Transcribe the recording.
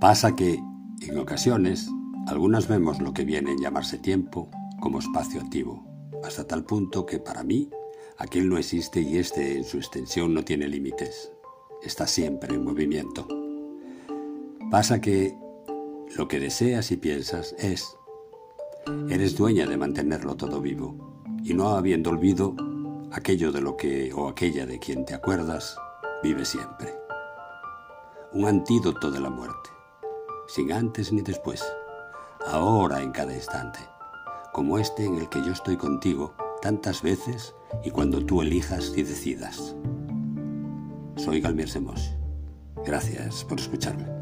Pasa que, en ocasiones, algunas vemos lo que viene en llamarse tiempo como espacio activo, hasta tal punto que para mí aquel no existe y este en su extensión no tiene límites. Está siempre en movimiento. Pasa que lo que deseas y piensas es. Eres dueña de mantenerlo todo vivo, y no habiendo olvido, aquello de lo que o aquella de quien te acuerdas vive siempre. Un antídoto de la muerte, sin antes ni después, ahora en cada instante, como este en el que yo estoy contigo tantas veces y cuando tú elijas y decidas. Soy Galmier Semos. Gracias por escucharme.